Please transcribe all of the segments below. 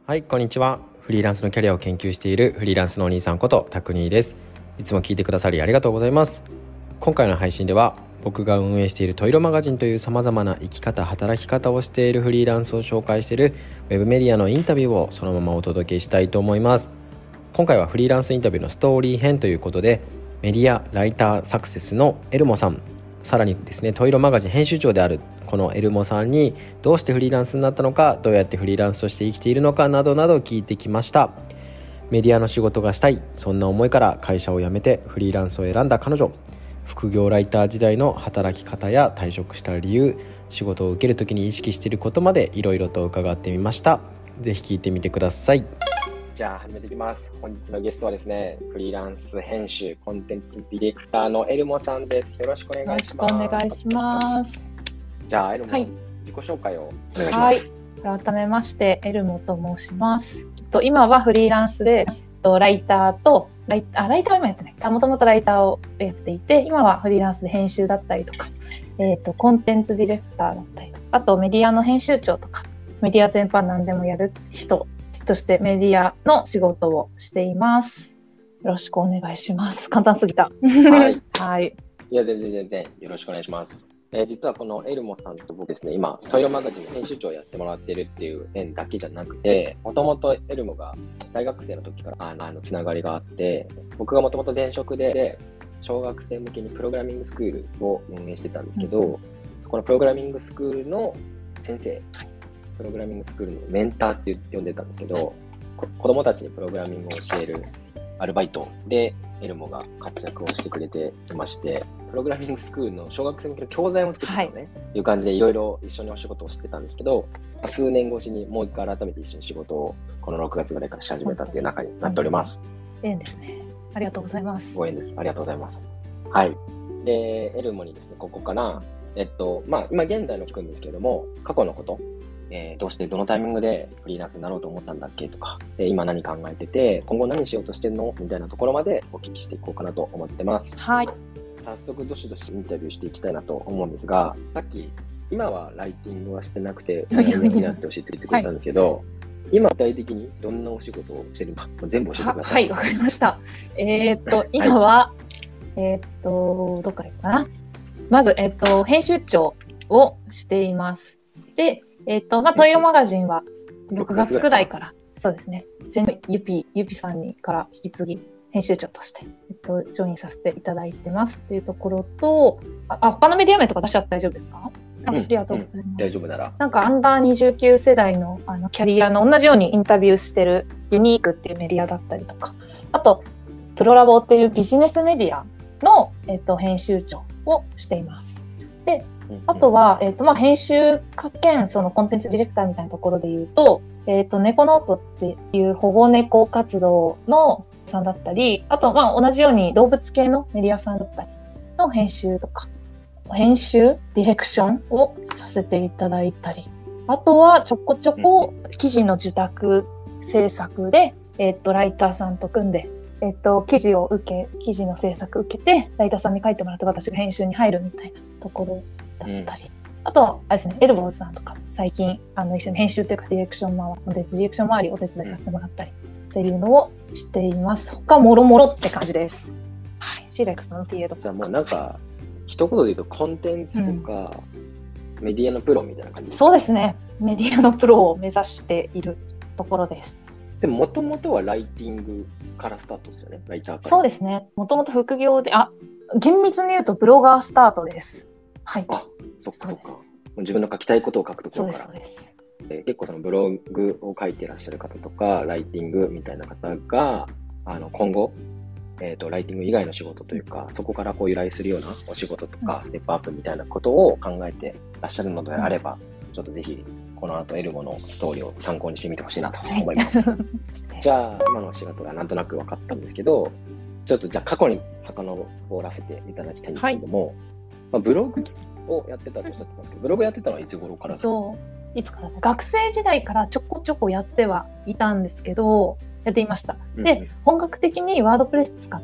はい、こんにちは。フリーランスのキャリアを研究しているフリーランスのお兄さんことたくにです。いつも聞いてくださりありがとうございます。今回の配信では僕が運営しているトイロマガジンという様々な生き方働き方をしているフリーランスを紹介しているウェブメディアのインタビューをそのままお届けしたいと思います。今回はフリーランスインタビューのストーリー編ということで、メディアライターサクセスのエルモさん、さらにですねトイロマガジン編集長であるこのエルモさんにどうしてフリーランスになったのか、どうやってフリーランスとして生きているのかなどなど聞いてきました。メディアの仕事がしたい、そんな思いから会社を辞めてフリーランスを選んだ彼女、副業ライター時代の働き方や退職した理由、仕事を受けるときに意識していることまでいろいろと伺ってみました。ぜひ聞いてみてください。じゃあ始めていきます。本日のゲストはですね、フリーランス編集コンテンツディレクターのエルモさんです。よろしくお願いします。 よろしくお願いします。 じゃあエルモ、自己紹介をお願いします。 はい、改めましてエルモと申します。今はフリーランスでライターは今やってない。もともとライターをやっていて、今はフリーランスで編集だったりとか、コンテンツディレクターだったりとか、あとメディアの編集長とか、メディア全般何でもやる人としてメディアの仕事をしています。よろしくお願いします。簡単すぎた。 はい。 はい。 いや、全然よろしくお願いします。実はこのエルモさんと僕ですね、今トイロマガジンの編集長をやってもらってるっていう面だけじゃなくて、もともとエルモが大学生の時からつながりがあって、僕がもともと前職で小学生向けにプログラミングスクールを運営してたんですけど、このプログラミングスクールの先生、プログラミングスクールのメンターって呼んでたんですけど、子供たちにプログラミングを教えるアルバイトでエルモが活躍をしてくれていまして、プログラミングスクールの小学生向けの教材も作ってたのね、いう感じでいろいろ一緒にお仕事をしてたんですけど、数年越しにもう一回改めて一緒に仕事をこの6月ぐらいからし始めたっていう中になっております。 縁ですね。ありがとうございます。 ご縁です。ありがとうございます。はい。で、エルモにですね、ここから、今現在の聞くんですけれども、過去のこと、どうしてどのタイミングでフリーランスになろうと思ったんだっけとか、今何考えてて、今後何しようとしてるのみたいなところまでお聞きしていこうかなと思ってます。 はい。 早速どしどしインタビューしていきたいなと思うんですが、さっき今はライティングはしてなくて何々になって教えて言ってくれたんですけど、今具体的にどんなお仕事をしてるか全部教えてください。 はい、わかりました。今は、どっからいくかな。まず、編集長をしています。で、トイロマガジンは6月くらいから、そうですね、全部ゆぴさんから引き継ぎ、編集長として、ジョインさせていただいてますっていうところと、他のメディア名とか出しちゃって大丈夫ですか？ありがとうございます。 大丈夫なら。 なんかアンダー29世代のキャリアの同じようにインタビューしてるユニークっていうメディアだったりとか、あとプロラボっていうビジネスメディアの、編集長をしています。で、あとは、編集家兼そのコンテンツディレクターみたいなところで言うと、猫ノートっていう保護猫活動のさんだったり、あと同じように動物系のメディアさんだったりの編集とか、編集ディレクションをさせていただいたり、あとはちょこちょこ記事の受託制作で、ライターさんと組んで、記事の制作受けてライターさんに書いてもらって私が編集に入るみたいなところだったり、あとあれですね、エルボーズさんとか最近一緒に編集っていうかディレクション周りお手伝いさせてもらったりっていうのをしています。他もろもろって感じです。はい、シーレックスの TA とか。 じゃあもうなんか、一言で言うとコンテンツとか、メディアのプロみたいな感じですか？ そうですね。メディアのプロを目指しているところです。 でもともとはライティングからスタートですよね。ライターから。 そうですね。もともと副業で、厳密に言うとブロガースタートです。はい。 そっか。自分の書きたいことを書くところから。 そうです。 結構そのブログを書いてらっしゃる方とか、ライティングみたいな方が、今後、ライティング以外の仕事というか、そこから由来するようなお仕事とか、ステップアップみたいなことを考えてらっしゃるのであれば、ちょっとぜひ、この後エルモのストーリーを参考にしてみてほしいなと思います。じゃあ、今の仕事がなんとなく分かったんですけど、ちょっとじゃあ過去に遡らせていただきたいんですけども、ブログをやってたとおっしゃってたんですけど、ブログやってたのはいつ頃からですか？ いつからね、学生時代からちょこちょこやってはいたんですけど、やっていました。で、本格的にワードプレス使って、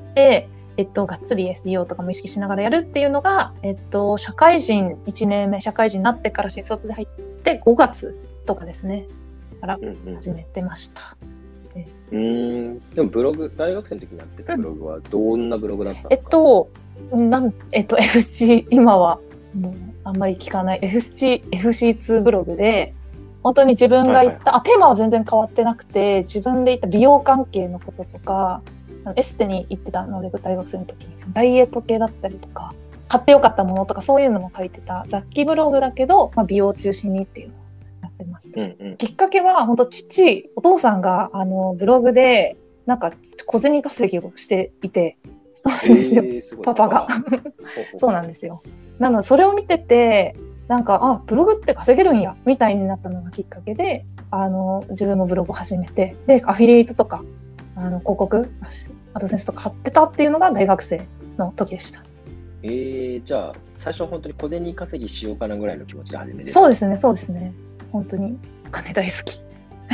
がっつり SEO とかも意識しながらやるっていうのが、社会人1年目、社会人になってから新卒で入って5月とかですね。 から始めてました。 でもブログ、大学生の時にやってたブログはどんなブログだったんですか ？FC、今はもうあんまり聞かない FC2 ブログで、本当に自分が言った、テーマは全然変わってなくて、自分で言った美容関係のこととか、エステに行ってたので、大学生の時にそのダイエット系だったりとか、買ってよかったものとかそういうのも書いてた雑記ブログだけど、美容中心にっていうのをやってました。きっかけは本当お父さんがブログでなんか小銭稼ぎをしていて、そうなんですよ、パパがそうなんですよ。なのでそれを見てて、なんかブログって稼げるんやみたいになったのがきっかけで、自分のブログを始めて、でアフィリエイトとか広告アドセンスとか貼ってたっていうのが大学生の時でした。 じゃあ最初は本当に小銭稼ぎしようかなぐらいの気持ちで始めて。 そうですね。本当にお金大好き。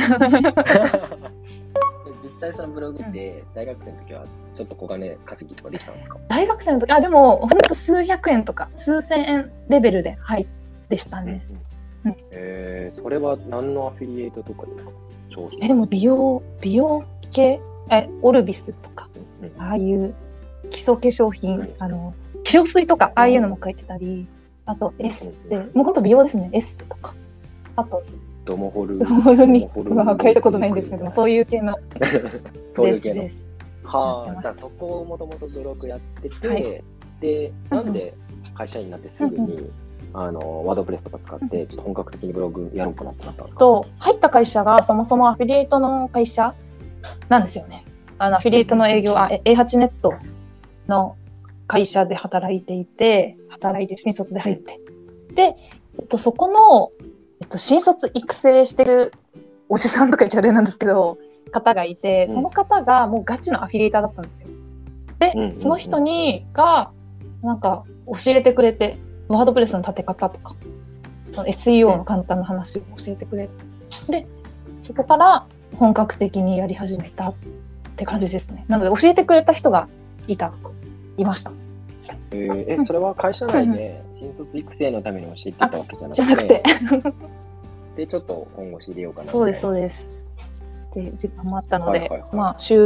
実際そのブログって大学生の時はちょっと小金稼ぎとかできたんですか？ 大学生の時でも本当数百円とか数千円レベルででしたね。 それは何のアフィリエイトとかでも美容系オルビスとか、ああいう基礎化粧品化粧水とかああいうのも書いてたり、あとエステ、もう本当美容ですね。エステとか、あとドモホルミックは書いたことないんですけど、そういう系のです。 はあ、じゃあそこをもともとブログやってて、でなんで会社員になってすぐにワードプレスとか使ってちょっと本格的にブログやろうかなってなったんですか？ 入った会社がそもそもアフィリエイトの会社なんですよね。アフィリエイトの営業A8 ネットの会社で働いて新卒で入って、で、そこの、新卒育成してるおじさんとか言っちゃあれなんですけど方がいて、その方がもうガチのアフィリエイターだったんですよ。で、その人がなんか教えてくれて、ワードプレスの立て方とかその SEO の簡単な話を教えてくれて、でそこから本格的にやり始めたって感じですね。なので教えてくれた人がいました。 それは会社内で新卒育成のために教えてたわけじゃなくて、でちょっと今後知りようかな。 そうですで時間もあったので、週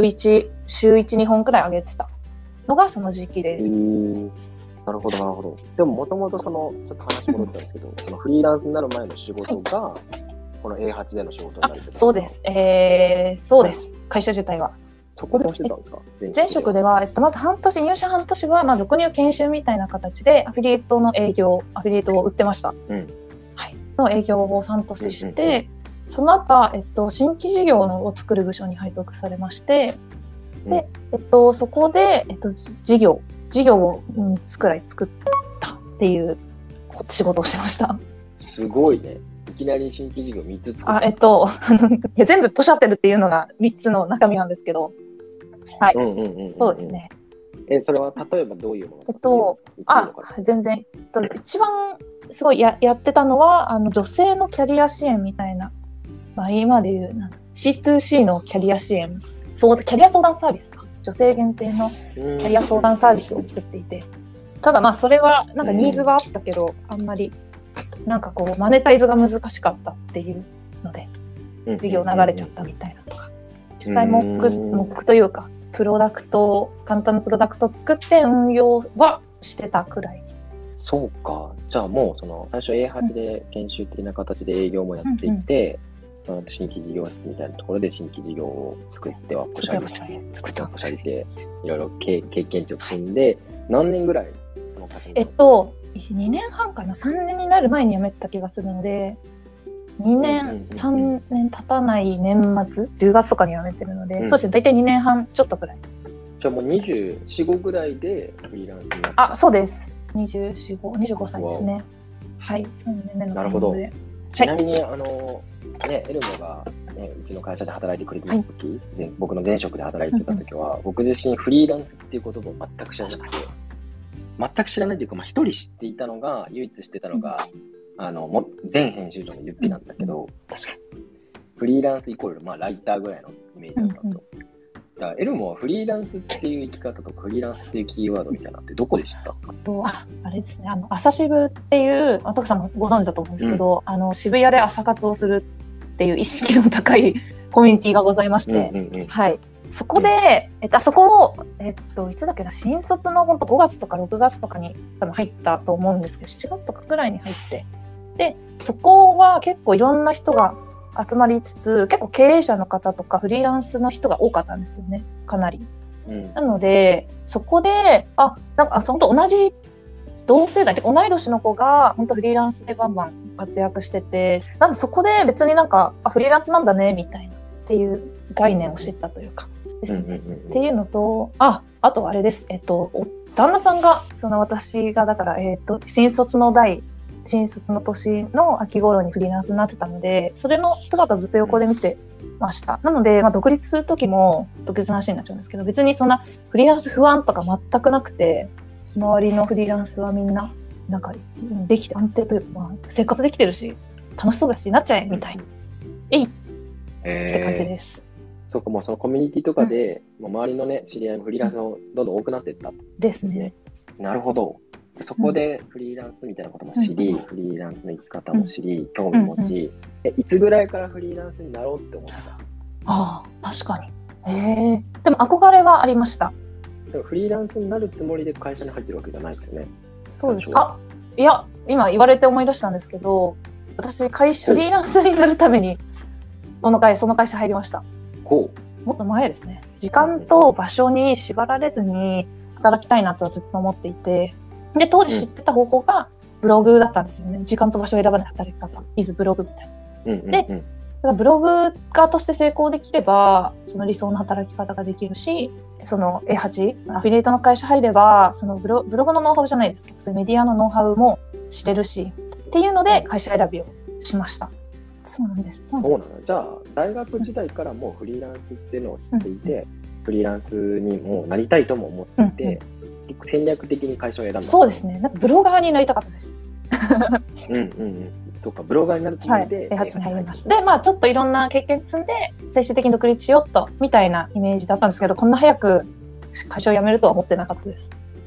1、2本くらい上げてたのがその時期です。 なるほど。でももともとちょっと話戻ったんですけど、そのフリーランスになる前の仕事が、この A8 での仕事になるってことですか？ そうです。会社自体は。 そこで教えたんですか？ 前職では、まず入社半年は、俗に言う研修みたいな形で、アフィリエイトの営業、アフィリエイトを売ってました。の営業を半年して、その後、新規事業を作る部署に配属されまして、で、そこで、事業を3つくらい作ったっていう仕事をしてました。 すごいね。いきなり新規事業3つ作った。 いや全部ポシャってるっていうのが3つの中身なんですけど、そうですね。 それは例えばどういうもの？ 全然。一番すごいやってたのは女性のキャリア支援みたいな、今でいうC2C のキャリア支援、キャリア相談サービスか、女性限定のキャリア相談サービスを作っていて、ただそれはなんかニーズはあったけど、あんまりなんかマネタイズが難しかったっていうので事業流れちゃったみたいなとか、実際モックというか簡単なプロダクトを作って運用はしてたくらい。 そうか。じゃあもう最初 A8 で研修的な形で営業もやっていて、新規事業室みたいなところで新規事業を作ってはポシャリていろいろ経験値を積んで、何年ぐらいその方に 2年半かな、3年になる前に辞めてた気がするので、2年、3年経たない年末、10月とかに辞めてるので、そうですね、大体2年半ちょっとくらい。 じゃあもう24、5ぐらいでフリーランスになった？ そうです。25歳ですね。はい。 なるほど。ちなみに、エルモが、うちの会社で働いてくれてた時、僕の前職で働いてた時は、僕自身フリーランスっていう言葉を全く知らなくて、全く知らないというか、一人知っていたのが、唯一知ってたのが、前編集長の言ってなんだけど、フリーランスイコール、ライターぐらいのイメージだったんですよ。だからエルモはフリーランスっていう生き方とかフリーランスっていうキーワードみたいなのってどこで知ったんですか？ あれですね、朝渋っていう、徳さんもご存知だと思うんですけど、渋谷で朝活をするっていう意識の高いコミュニティがございまして、はい。そこで、そこを、いつだっけな、新卒の本当5月とか6月とかに多分入ったと思うんですけど、7月とかぐらいに入って、で、そこは結構いろんな人が集まりつつ、結構経営者の方とかフリーランスの人が多かったんですよね、かなり。なので、そこで、なんか、本当同じ同世代って同い年の子が本当フリーランスでバンバン活躍してて、なんでそこで別になんか、フリーランスなんだね、みたいなっていう概念を知ったというか。っていうのと、あとあれです。旦那さんが、私がだから、新卒の年の秋頃にフリーランスになってたので、それの姿をずっと横で見てました。なので、独立する時も、独立の話になっちゃうんですけど、別にそんなフリーランス不安とか全くなくて、周りのフリーランスはみんな、なんか、できて安定というか、生活できてるし、楽しそうだし、なっちゃえ、みたいな。って感じです。 そうか、もうそのコミュニティとかで、周りのね、知り合いもフリーランスもどんどん多くなっていったですね。 なるほど。そこでフリーランスみたいなことも知り、フリーランスの生き方も知り、興味持ち、いつぐらいからフリーランスになろうって思った？ 確かに。でも憧れはありました。 でもフリーランスになるつもりで会社に入ってるわけじゃないですよね。 そうです。いや、今言われて思い出したんですけど、私フリーランスになるためにその会社入りました。もっと前ですね。時間と場所に縛られずに働きたいなとはずっと思っていて、で、当時知ってた方法がブログだったんですよね。時間と場所を選ばない働き方、ブログみたいな。で、ブログ家として成功できれば、その理想の働き方ができるし、その A8、アフィリエイトの会社入れば、そのブログのノウハウじゃないですけど、そういうメディアのノウハウもしてるし、っていうので会社選びをしました。そうなんです。 そうなの。じゃあ、大学時代からもうフリーランスっていうのを知っていて、フリーランスにもなりたいとも思っていて、結構戦略的に会社を選んだ。 そうですね。なんかブロガーになりたかったです。 そうか、ブロガーになるつもりで、 A8 に入りました。で、ちょっといろんな経験積んで、最終的に独立しようと、みたいなイメージだったんですけど、こんな早く会社を辞めるとは思ってなかったです。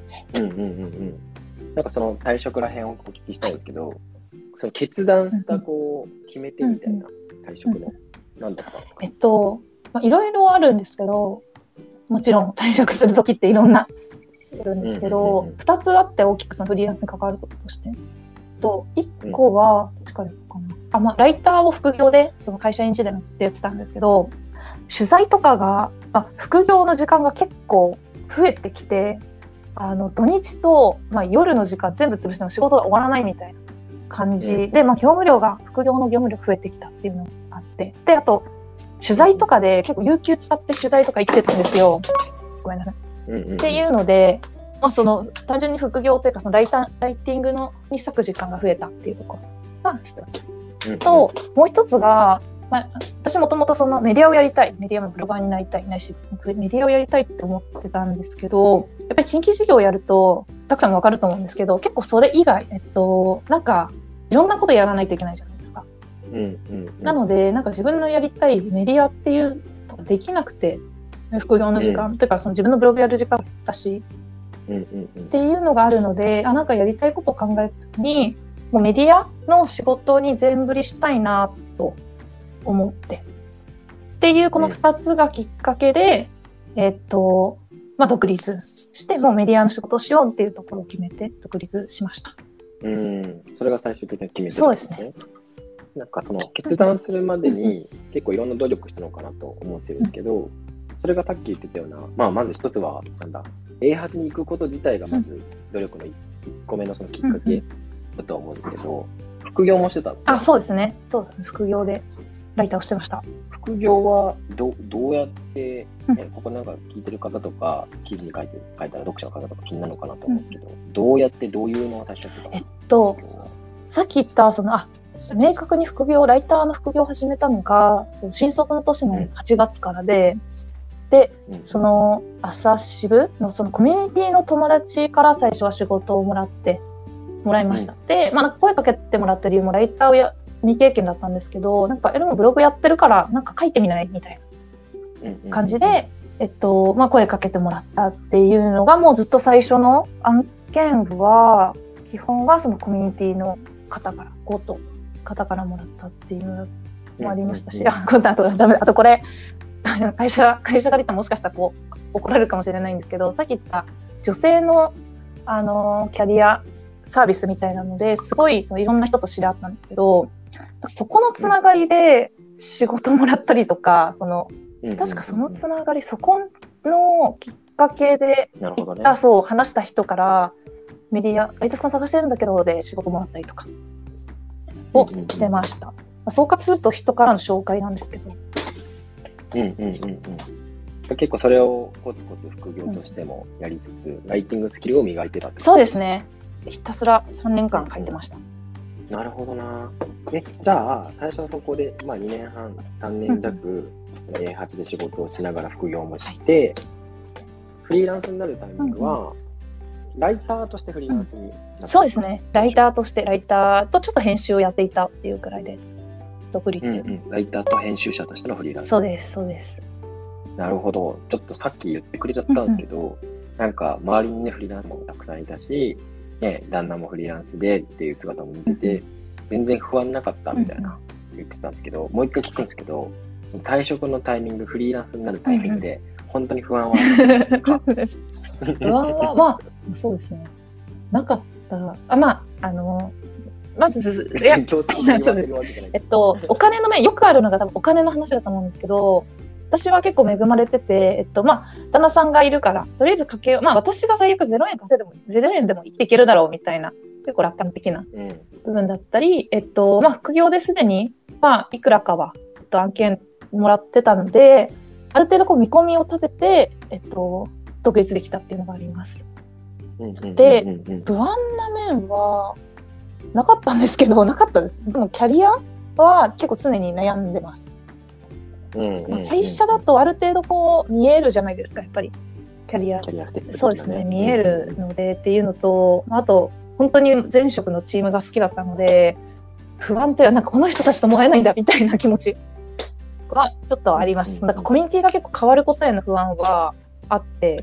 なんかその退職らへんをお聞きしたいんですけど、その決断した決め手みたいな退職の何だったんですか？ いろいろあるんですけど、もちろん退職するときっていろんなあるんですけど、2つあって大きくそのフリーランスに関わることとして。1個は、ライターを副業でその会社員時代にやってたんですけど、取材とかが、副業の時間が結構増えてきて、土日と、夜の時間全部潰しても仕事が終わらないみたいな感じで、副業の業務量増えてきたっていうのがあって、で、あと、取材とかで結構有給使って取材とか生きてたんですよ。ごめんなさい。っていうので、その単純に副業というかそのライティングに割く時間が増えたっていうところが一つ。と、もう一つが、私もともとそのメディアをやりたい、メディアのブロガーになりたい、ないし、メディアをやりたいって思ってたんですけど、やっぱり新規事業をやると、たくさんもわかると思うんですけど、結構それ以外、なんか、いろんなことやらないといけないじゃないですか。なので、なんか自分のやりたいメディアっていうのができなくて、副業の時間、というかその自分のブログやる時間だし、っていうのがあるので、なんかやりたいことを考えるときに、もうメディアの仕事に全振りしたいなと思って。っていうこの2つがきっかけで、独立して、もうメディアの仕事をしようっていうところを決めて独立しました。 それが最終的な決め手そうですね。 なんかその決断するまでに結構いろんな努力したのかなと思ってるんですけど、それがさっき言ってたような、まず一つはA8 に行くこと自体がまず努力の1個目のそのきっかけだとは思うんですけど、副業もしてたんですか？ そうですね。そうですね。副業でライターをしてました。 副業はどうやって、ここなんか聞いてる方とか、記事に書いたら読者の方とか気になるのかなと思うんですけど、どうやってどういうのを最初やってた？ さっき言った明確にライターの副業を始めたのが、新卒の年の8月からで、その朝渋のそのコミュニティの友達から最初は仕事をもらいました。で、声かけてもらった理由もライターを未経験だったんですけど、でもブログやってるからなんか書いてみないみたいな感じで、声かけてもらったっていうのがもうずっと最初の案件は、基本はそのコミュニティの方からもらったっていうのだっもありましたし、 うんうん今度あとこれ会社借りたらもしかしたら怒られるかもしれないんですけど、さっき言った女性のキャリアサービスみたいなのですごいいろんな人と知り合ったんですけど、そこのつながりで仕事もらったりとか、確かそのつながり、そこのきっかけで行った、そう話した人からメディアライターさん探してるんだけどで仕事もらったりとかをしてました。総括すると人からの紹介なんですけど。 結構それをコツコツ副業としてもやりつつ、ライティングスキルを磨いてたって。 そうですね。ひたすら3年間書いてました。 なるほどな。じゃあ最初はそこで、2年半3年弱、A8 で仕事をしながら副業もして、フリーランスになるタイミングは、ライターとしてフリーランスになった、 そうですね。ライターとちょっと編集をやっていたっていうくらいで独立、 ライターと編集者としてのフリーランス。 そうです。 なるほど。ちょっとさっき言ってくれちゃったんですけど、なんか周りにねフリーランスもたくさんいたし、旦那もフリーランスでっていう姿も見てて、全然不安なかったみたいな言ってたんですけど、もう一回聞くんですけど、その退職のタイミング、フリーランスになるタイミングで、本当に不安は不安はそうですね。なかった。まずそうです。お金の面、よくあるのが多分お金の話だと思うんですけど、私は結構恵まれてて、旦那さんがいるから、とりあえずかけよう。私が最悪0円稼いでも、0円でも生きていけるだろうみたいな、結構楽観的な部分だったり、副業ですでに、いくらかは、案件もらってたので、ある程度見込みを立てて、独立できたっていうのがあります。で、不安な面は、なかったんですけど、なかったです。でもキャリアは結構常に悩んでます。会社だとある程度見えるじゃないですか、やっぱりキャリアそうですね、見えるのでっていうのと、あと本当に前職のチームが好きだったので、不安というか、この人たちとも会えないんだみたいな気持ちはちょっとありました。コミュニティが結構変わることへの不安はあって、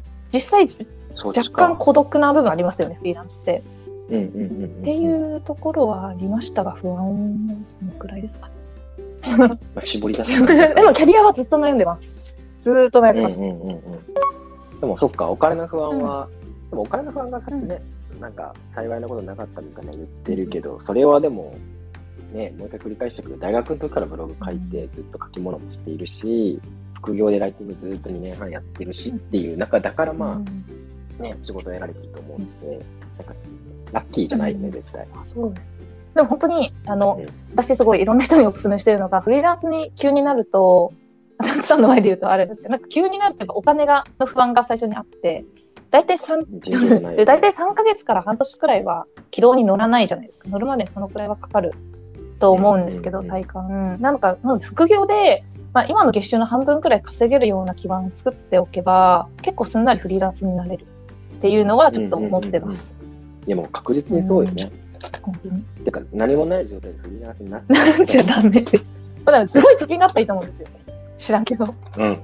実際若干孤独な部分ありますよね、フリーランスって。っていうところはありましたが、不安はそのくらいですかね。 絞り出す。 でもキャリアはずっと悩んでます。ずっと悩んでます。 でもそっか、お金の不安は、でもお金の不安がさっきね、なんか幸いなことなかったみたいな言ってるけど、それはでもね、もう一回繰り返してくる。大学の時からブログ書いてずっと書き物もしているし、副業でライティングずっと2年半やってるしっていう中だから仕事を得られてると思うんですね。なんかラッキーじゃないよね、絶対。 そうです。でも本当に私すごいいろんな人にお勧めしてるのが、フリーランスに急になると、たくさんの前で言うとあれですけど、急になるとお金の不安が最初にあって、大体3ヶ月から半年くらいは軌道に乗らないじゃないですか。乗るまでそのくらいはかかると思うんですけど、体感。なので副業で、今の月収の半分くらい稼げるような基盤を作っておけば、結構すんなりフリーランスになれるっていうのはちょっと思ってます。 いやもう確実にそうよね。 本当に。 てか何もない状態でフリーランスになっちゃダメです。すごい貯金があったらいいと思うんですよ。知らんけど。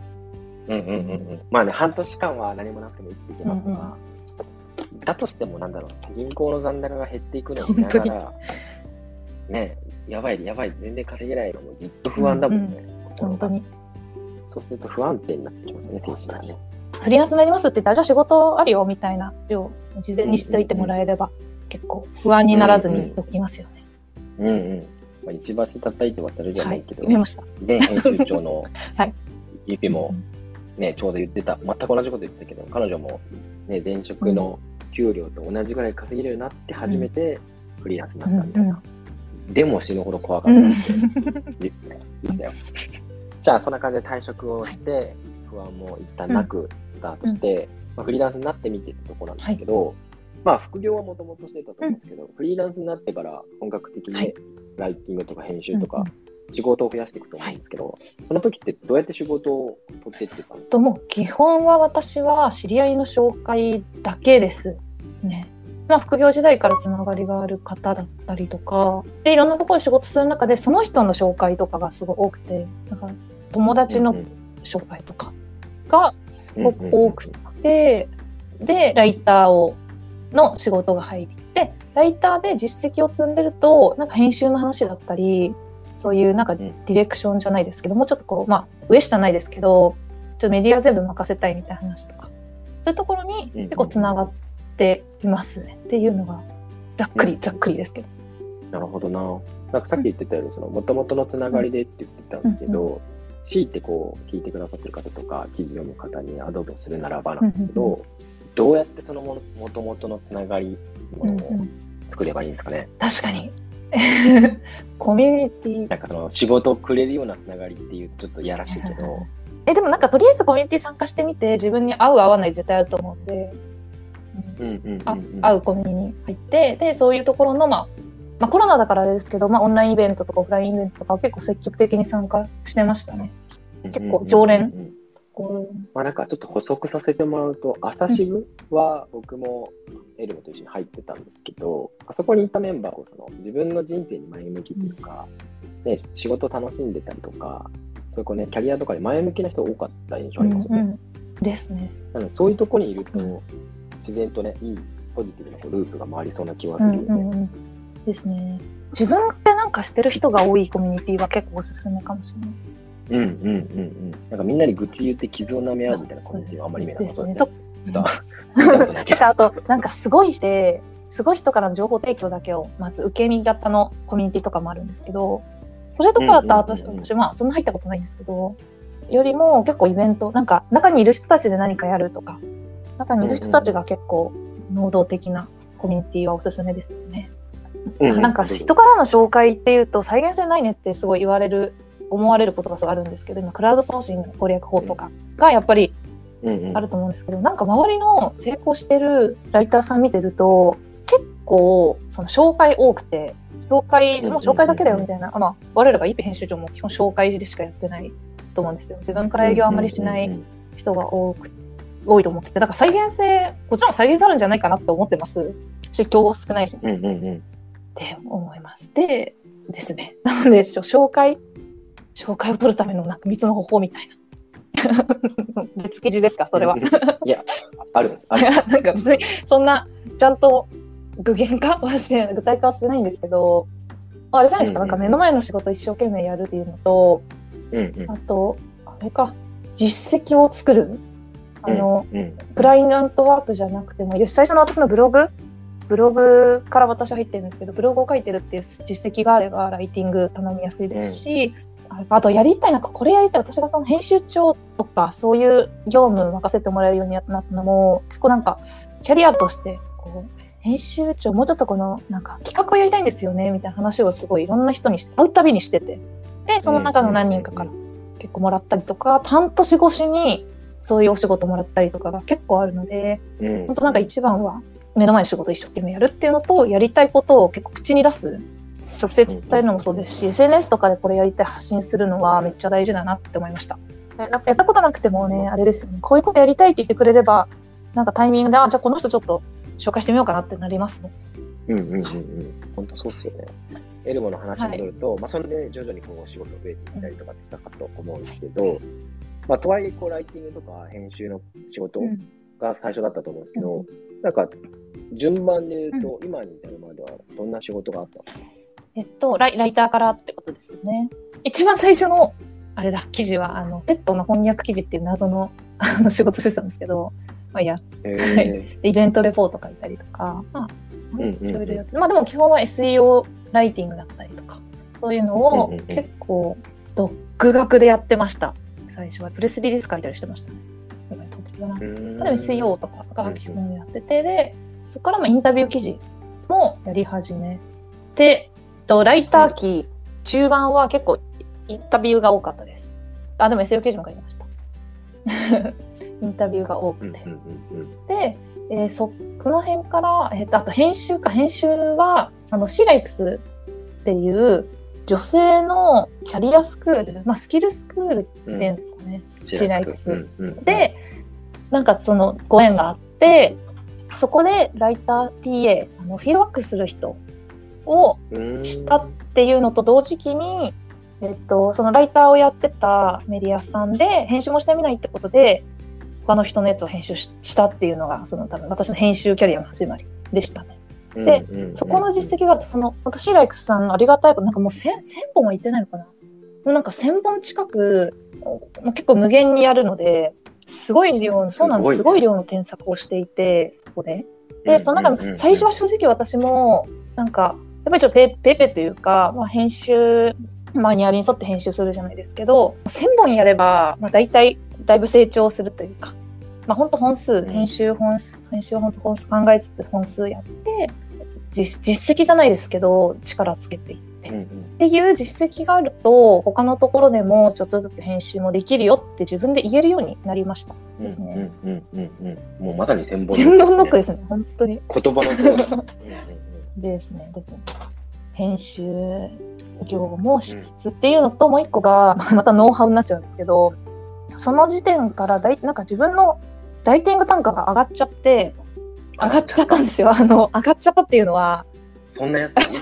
半年間は何もなくても生きていけますから。だとしても銀行の残高が減っていくのを見ながら、やばい、全然稼げないのもずっと不安だもんね。 本当に。 そうすると不安定になってきますね、精神がね。 フリーランスになりますって言ったら、じゃあ仕事あるよみたいなを事前にしておいてもらえれば、結構不安にならずにできますよね。 石橋叩いて渡るじゃないけど、 見ました。 前編集長のゆぴもちょうど言ってた、全く同じこと言ってたけど、彼女も前職の給料と同じぐらい稼げるようになって初めてフリーランスになったみたいな。でも死ぬほど怖かったって言ってたよ。じゃあそんな感じで退職をして不安も一旦なくスタートして、フリーランスになってみてってところなんですけど、副業はもともとしてたと思うんですけど、フリーランスになってから本格的にライティングとか編集とか仕事を増やしていくと思うんですけど、その時ってどうやって仕事を取っていってたんですか？ もう基本は私は知り合いの紹介だけですね。副業時代からつながりがある方だったりとかで、いろんなところで仕事する中でその人の紹介とかがすごい多くて、友達の紹介とかが多くて、でライターの仕事が入って、ライターで実績を積んでると編集の話だったり、 そういうなんかディレクションじゃないですけど、もうちょっとこう、まあ、上下ないですけど、ちょっとメディア全部任せたいみたいな話とか、そういうところに結構つながっていますね、っていうのがざっくりですけど。 なるほどな。なんかさっき言ってたように、その元々のつながりでって言ってたんですけど、強いてこう聞いてくださってる方とか記事読む方にアドバイスするならばなんですけど、どうやってその元々のつながりものを作ればいいんですかね。 確かにコミュニティなんかその仕事をくれるようなつながりっていうとちょっといやらしいけど、 でもなんかとりあえずコミュニティ参加してみて、自分に合う合わない絶対あると思うんで、合うコミュニティに入って、でそういうところのまあコロナだからですけど、まあオンラインイベントとかオフラインイベントとか結構積極的に参加してましたね。結構常連。 まあなんかちょっと補足させてもらうと、朝渋は僕もエルモと一緒に入ってたんですけど、あそこにいたメンバーをその自分の人生に前向きというか、ね、仕事楽しんでたりとか、そういうこうね、キャリアとかに前向きな人多かった印象ありますね。 ですね。 なのでそういうところにいると、自然とね、いいポジティブなループが回りそうな気はするよね。 ですね。自分でなんかしてる人が多いコミュニティは結構おすすめかもしれない。 なんかみんなに愚痴言って傷を舐め合うみたいなコミュニティはあんまり見なかったですね。あとなんかすごい人からの情報提供だけをまず受け身型のコミュニティとかもあるんですけど、それとかだと私まあそんな入ったことないんですけど、よりも結構イベントなんか中にいる人たちで何かやるとか、中にいる人たちが結構能動的なコミュニティはおすすめですよね。なんか人からの紹介っていうと再現性ないねってすごい思われることがすごいあるんですけど、今クラウドソーシングの攻略法とかがやっぱりあると思うんですけど、なんか周りの成功してるライターさん見てると結構その紹介多くて、もう紹介だけだよみたいな、まあ我らがイペ編集長も基本紹介でしかやってないと思うんですけど、自分から営業あんまりしない人が多いと思ってて、だから再現性こっちも再現性あるんじゃないかなって思ってますし、競合少ないし、って思います。でですね、なので紹介を取るためのなんか3つの方法みたいな別記事ですかそれは。 いや、あるなんか別にそんなちゃんと具体化はしてないんですけど、あれじゃないですか、なんか目の前の仕事を一生懸命やるっていうのと、あとあれか、実績を作る、クライアントワークじゃなくても最初の私のブログから私は入ってるんですけど、ブログを書いてるっていう実績があればライティング頼みやすいですし、あとやりたい、なんかこれやりたい、私がその編集長とかそういう業務任せてもらえるようになったのも結構なんかキャリアとしてこう、編集長もうちょっとこのなんか企画をやりたいんですよねみたいな話をすごいいろんな人に会うたびにしてて、でその中の何人かから結構もらったりとか、半年越しにそういうお仕事もらったりとかが結構あるので、本当なんか一番は目の前の仕事を一生懸命やるっていうのと、やりたいことを結構口に出す、直接伝えるのもそうですし、SNS とかでこれやりたい発信するのはめっちゃ大事だなって思いました。なんかやったことなくてもね、あれですよね、こういうことやりたいって言ってくれれば、なんかタイミングでじゃあこの人ちょっと紹介してみようかなってなりますね。 本当そうですよね。エルモの話に戻ると、まあそれで徐々にこう仕事増えていったりとかしたかと思うんですけど、まあとはいえこうライティングとか編集の仕事が最初だったと思うんですけど、なんか順番で言うと、今に至るまではどんな仕事があったんですか？ ライターからってことですよね。一番最初の記事はペットの翻訳記事っていう謎の仕事してたんですけど、まあいや、イベントレポート書いたりとか、いろいろやって、まあでも基本は SEO ライティングだったりとか、そういうのを結構独学でやってました。最初はプレスリリース書いたりしてましたね。でも SEO とかが基本やってて、でそこからインタビュー記事もやり始めて、ライター期中盤は結構インタビューが多かったです。でも SEO 記事も書いてました。インタビューが多くて、で、その辺から、あと編集はシライプスっていう女性のキャリアスクール、まあ、スキルスクールっていうんですかね、シライプスでなんかそのご縁があって、そこでライター TA フィードバックする人をしたっていうのと同時期に、そのライターをやってたメディアさんで編集もしてみないってことで他の人のやつを編集したっていうのが多分私の編集キャリアの始まりでしたね。 で、そこの実績が私ライクさんのありがたいこと、なんかもう1000本は言ってないのかな。もうなんか1000本近く、結構無限にやるので、すごい量の、そうなんです、すごい量の添削をしていて、そこで。で、その中で、最初は正直私も、なんか、やっぱりちょっとペペというか、編集、マニュアルに沿って編集するじゃないですけど、1000本やれば、大体、だいぶ成長するというか、本当本数、編集本数考えつつ本数やって、実績じゃないですけど、力つけていって、っていう実績があると、他のところでもちょっとずつ編集もできるよって自分で言えるようになりましたですね。 もうまさに千本ノックですね、本当に。 言葉の通りですね。編集業もしつつっていうのと、もう一個が、またノウハウになっちゃうんですけど、その時点からなんか自分のライティング単価が上がっちゃったんですよ。上がっちゃったっていうのは、 そんなやつ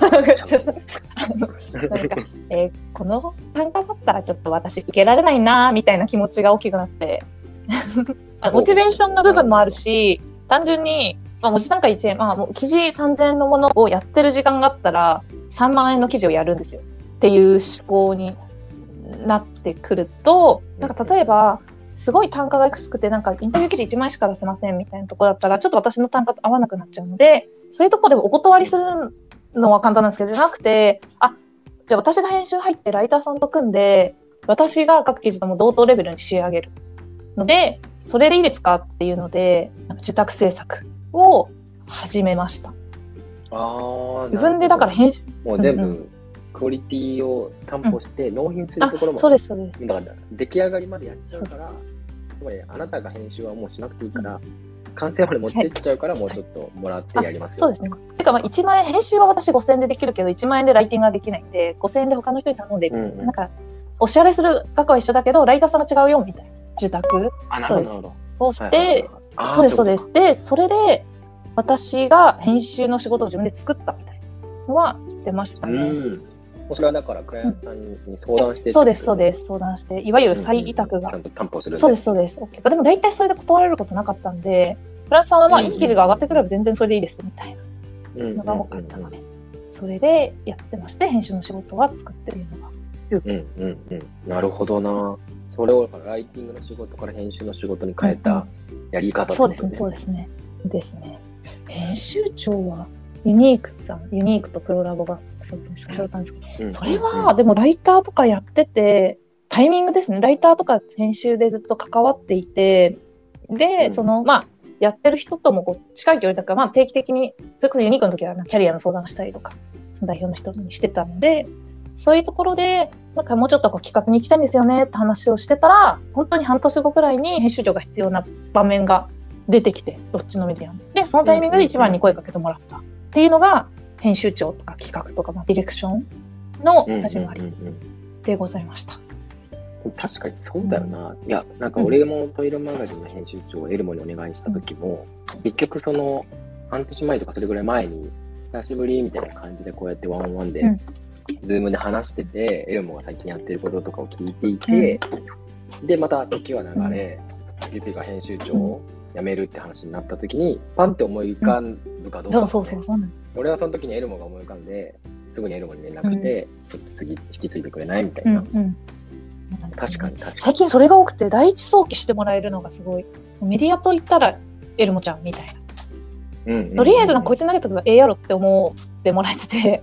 この単価だったらちょっと私受けられないなみたいな気持ちが大きくなってモチベーションの部分もあるし、単純に、文字単価1円、もう記事3000円のものをやってる時間があったら3万円の記事をやるんですよっていう思考になってくると、なんか例えばすごい単価が安くて、なんかインタビュー記事1枚しか出せませんみたいなところだったら、ちょっと私の単価と合わなくなっちゃうので、そういうところでもお断りするのは簡単なんですけど、じゃなくて、じゃあ私が編集入ってライターさんと組んで、私が各記事とも同等レベルに仕上げるので、それでいいですかっていうので、受託制作を始めました。自分でだから編集。 もう全部、クオリティを担保して納品するところも、 そうです。だから出来上がりまでやっちゃうから、つまりあなたが編集はもうしなくていいから、完成まで持っていっちゃうから、もうちょっともらってやりますよ。 そうですね。てか1万円、編集は私5000円でできるけど、1万円でライティングができないんで、5000円で他の人に頼んで、なんか、お支払いする額は一緒だけど、ライターさんが違うよみたいな。受託なるほど。 をして、そうです。で、それで、私が編集の仕事を自分で作ったみたいなのは出ましたね。 それはだからクライアントさんに相談して、 そうです。相談して、いわゆる再委託が。 ちゃんと担保する。 そうです。でも大体それで断られることなかったんで、クライアントさんはいい記事が上がってくれば全然それでいいですみたいなのが多かったので、それでやってまして、編集の仕事は作ってるのが。 なるほどな。それをライティングの仕事から編集の仕事に変えたやり方、 そうですね。編集長はユニークとプロラボがそうされたんですけど、それはでもライターとかやってて、タイミングですね。ライターとか編集でずっと関わっていて、で、やってる人とも近い距離だから、定期的に、それこそユニークの時はキャリアの相談したりとか、代表の人にしてたので、そういうところで、なんかもうちょっと企画に行きたいんですよねって話をしてたら、本当に半年後くらいに編集長が必要な場面が出てきて、どっちのメディアも。で、そのタイミングで一番に声かけてもらったっていうのが、編集長とか企画とか、ディレクションの始まりでございました。 確かにそうだよな。いや、なんか俺もトイロマガジンの編集長をエルモにお願いした時も、結局その半年前とかそれぐらい前に、久しぶりみたいな感じでこうやってワンオンワンで、ズームで話してて、エルモが最近やってることとかを聞いていて、で、また時は流れ、ユピが編集長を辞めるって話になった時に、パンって思い浮かぶかどうか。俺はその時にエルモが思い浮かんで、すぐにエルモに連絡して、ちょっと次引き継いでくれないみたいな。確かに。 最近それが多くて、第一早期してもらえるのがすごい。メディアと言ったらエルモちゃんみたいな。とりあえずこいつ投げとけばええやろって思ってもらえてて、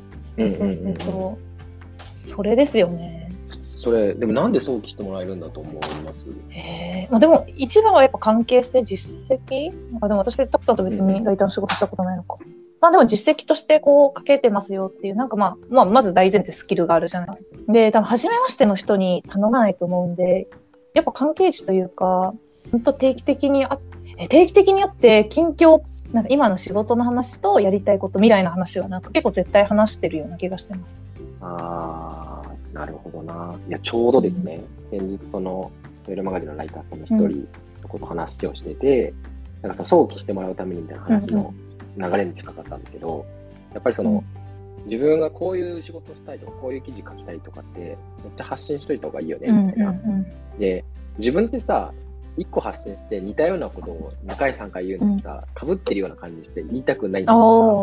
それですよね。 それでもなんで早期してもらえるんだと思います？ でも一番はやっぱ関係性、実績。でも私たくさんと別にライターの仕事したことないのか。でも実績としてかけてますよっていう、なんかまず大前提スキルがあるじゃない。で、多分初めましての人に頼まないと思うんで、やっぱ関係値というか、本当定期的に会って近況、なんか今の仕事の話とやりたいこと、未来の話はなんか結構絶対話してるような気がしてます。 なるほどな。いや、ちょうどですね、先日そのトイレマガジンのライターさんの一人のこと話をしてて、なんかその早期してもらうためにみたいな話の流れに近かったんですけど、やっぱりその、自分がこういう仕事をしたいとか、こういう記事書きたいとかって、めっちゃ発信しといた方がいいよね、みたいな。で、自分ってさ、1個発信して似たようなことを2回3回言うのにさ、被ってるような感じして言いたくないんだけどさ、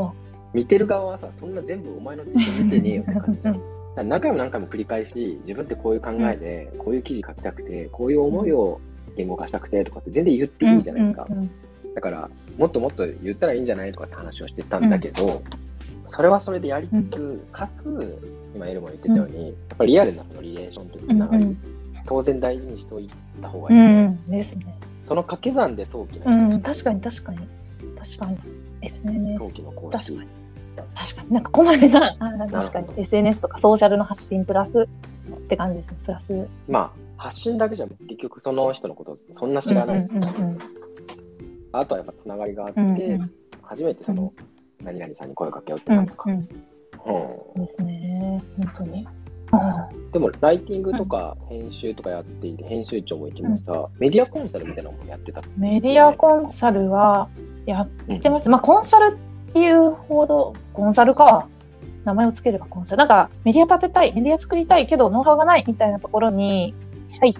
見てる側はさ、そんな全部お前のツイート見てねえよって感じじゃん。だから何回も何回も繰り返し、自分ってこういう考えで、こういう記事書きたくて、こういう思いを言語化したくてとかって全然言っていいじゃないですか。だから、もっともっと言ったらいいんじゃないとかって話をしてたんだけど、それはそれでやりつつ、かつ、今エルも言ってたように、やっぱりリアルなそのリレーションというつながり、当然大事にしておいた方がいい、ね。 ですね。 その掛け算で早期の、 確かに。SNS。 早期の講師。 確かに。なんかこまめな、確かに SNS とかソーシャルの発信プラスって感じですね。プラス。 まあ、発信だけじゃ結局その人のことそんな知らない。あとはやっぱつながりがあって、初めてその、何々さんに声をかけようってなるのか。 ですね。本当に。 でも、ライティングとか編集とかやっていて、編集長も行きました。メディアコンサルみたいなのもやってた、ね。 メディアコンサルはやってます。まあ、コンサルっていうほど、コンサルか。名前をつければコンサル。なんか、メディア立てたい、メディア作りたいけど、ノウハウがないみたいなところに入って、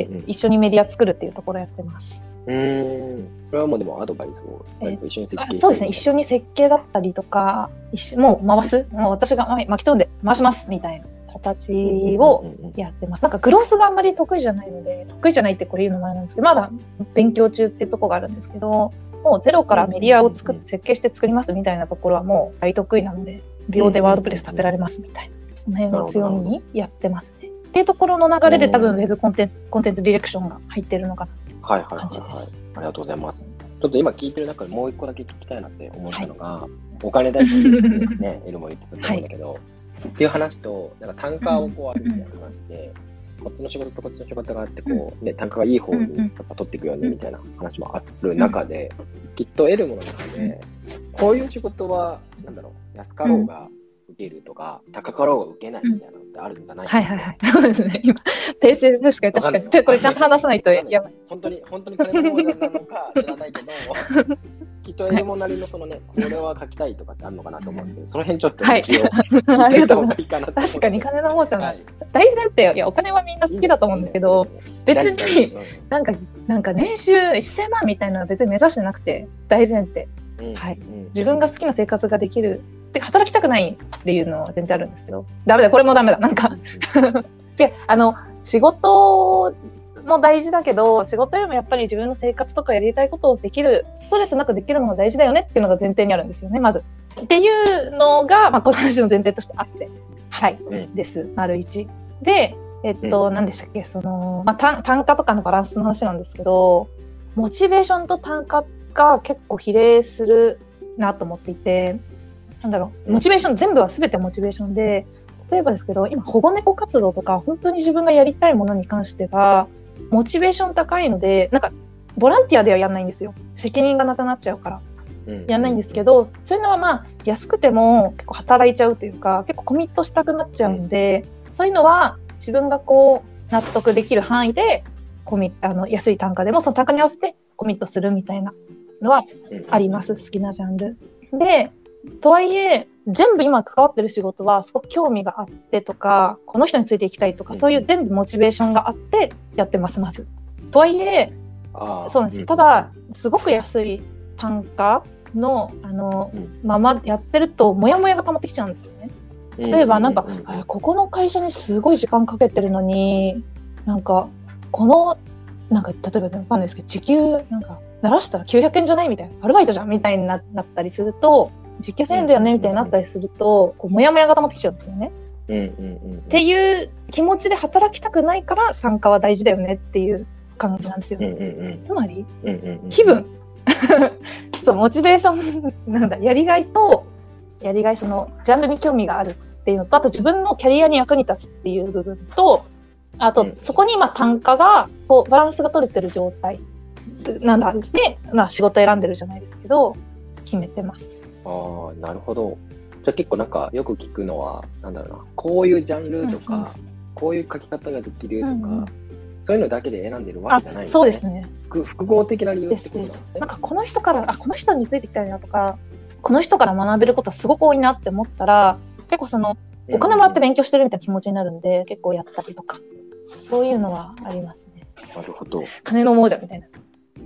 一緒にメディア作るっていうところやってます。 それはもうでもアドバイスを一緒に設計して、 そうですね。一緒に設計だったりとか、もう回す、もう私が巻き込んで回しますみたいな形をやってます。なんかグロースがあんまり得意じゃないので、得意じゃないってこれ言うのもあれなんですけど、まだ勉強中っていうところがあるんですけど、もうゼロからメディアを設計して作りますみたいなところはもう大得意なので、秒でワードプレス立てられますみたいな、その辺を強みにやってますね。っていうところの流れで多分ウェブコンテンツディレクションが入ってるのかなって感じです。 ありがとうございます。ちょっと今聞いてる中でもう一個だけ聞きたいなって思ったのが、お金大事ですってね、エルも言ってたと思うんだけど、っていう話と、なんか単価をこうあるみたいな話で、こっちの仕事とこっちの仕事があってこう、ね、単価がいい方にやっぱ取っていくよねみたいな話もある中で、きっとエルモの中で、こういう仕事は、なんだろう、安かろうが受けるとか、高かろうが受けないみたいなのってあるんじゃないかな。 そうですね。今、訂正確かに。これちゃんと話さないとやばい。 本当に金の方なのか知らないけど、きっとエルモなりのそのね、これは書きたいとかってあるのかなと思うんですけど、その辺ちょっと一応、 ありがとうございます。確かに金の方じゃない。大前提、いや、お金はみんな好きだと思うんですけど、別に、なんか年収1000万みたいなのは別に目指してなくて、大前提。はい。自分が好きな生活ができる。で働きたくないっていうのは全然あるんですけど、ダメだ、これもダメだ。なんか違う、仕事も大事だけど、仕事よりもやっぱり自分の生活とかやりたいことをできる、ストレスなくできるのが大事だよねっていうのが前提にあるんですよね、まず。っていうのが、まあ、この話の前提としてあって。はい。です。丸1。で、何でしたっけ、まあ、単価とかのバランスの話なんですけど、モチベーションと単価が結構比例するなと思っていて、なんだろう、モチベーション、全部は全てモチベーションで、例えばですけど、今保護猫活動とか本当に自分がやりたいものに関してはモチベーション高いので、なんかボランティアではやんないんですよ。責任がなくなっちゃうからやんないんですけど、そういうのはまあ安くても結構働いちゃうというか、結構コミットしたくなっちゃうんで、そういうのは自分がこう納得できる範囲で安い単価でもその単価に合わせてコミットするみたいなのはあります。好きなジャンルで。とはいえ、全部今関わってる仕事はすごく興味があってとか、この人についていきたいとか、そういう全部モチベーションがあってやってます、まず。とはいえ、そうなんです。ただ、すごく安い単価の、ままやってると、モヤモヤが溜まってきちゃうんですよね。例えば、なんか、ここの会社にすごい時間かけてるのに、なんか、なんか、例えばわかんないですけど、時給、なんか、鳴らしたら900円じゃないみたいな、アルバイトじゃんみたいになったりすると、時給1000円だよねみたいになったりすると、こうモヤモヤが溜まってきちゃうんですよね。っていう気持ちで働きたくないから単価は大事だよねっていう感じなんですよ。つまり、気分そう、モチベーションなんだ、やりがい、そのジャンルに興味があるっていうのと、あと自分のキャリアに役に立つっていう部分と、あとそこにまあ単価がこうバランスが取れてる状態なんだで、まあ仕事選んでるじゃないですけど決めてます。 なるほど。じゃあ結構なんかよく聞くのは、なんだろうな、こういうジャンルとか、こういう書き方ができるとか、そういうのだけで選んでるわけじゃないんですね。 そうですね。 複合的な理由ってことなんですね。 なんかこの人についてきたいなとか、この人から学べることすごく多いなって思ったら、結構そのお金もらって勉強してるみたいな気持ちになるんで、結構やったりとか、そういうのはありますね。 なるほど。 金の亡者みたいな。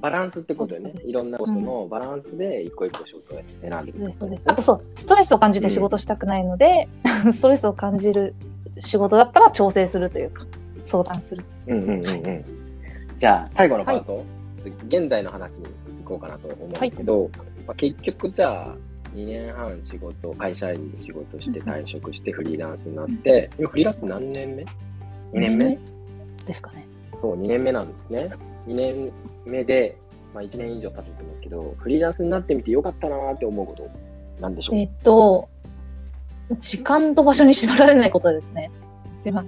バランスってことよね。いろんなコストのバランスで一個一個仕事を選んでる、 そうです。あとそう、ストレスを感じて仕事したくないので、ストレスを感じる仕事だったら調整するというか、相談する。 じゃあ、最後のパート、現在の話に行こうかなと思うんですけど、結局じゃあ、2年半会社員で仕事して退職してフリーランスになって、今フリーランス何年目 ?2 年目ですかね。 そう、2年目なんですね。2年目で、1年以上経つと思うんですけど、フリーランスになってみてよかったなーって思うこと、なんでしょう？時間と場所に縛られないことですね。でも、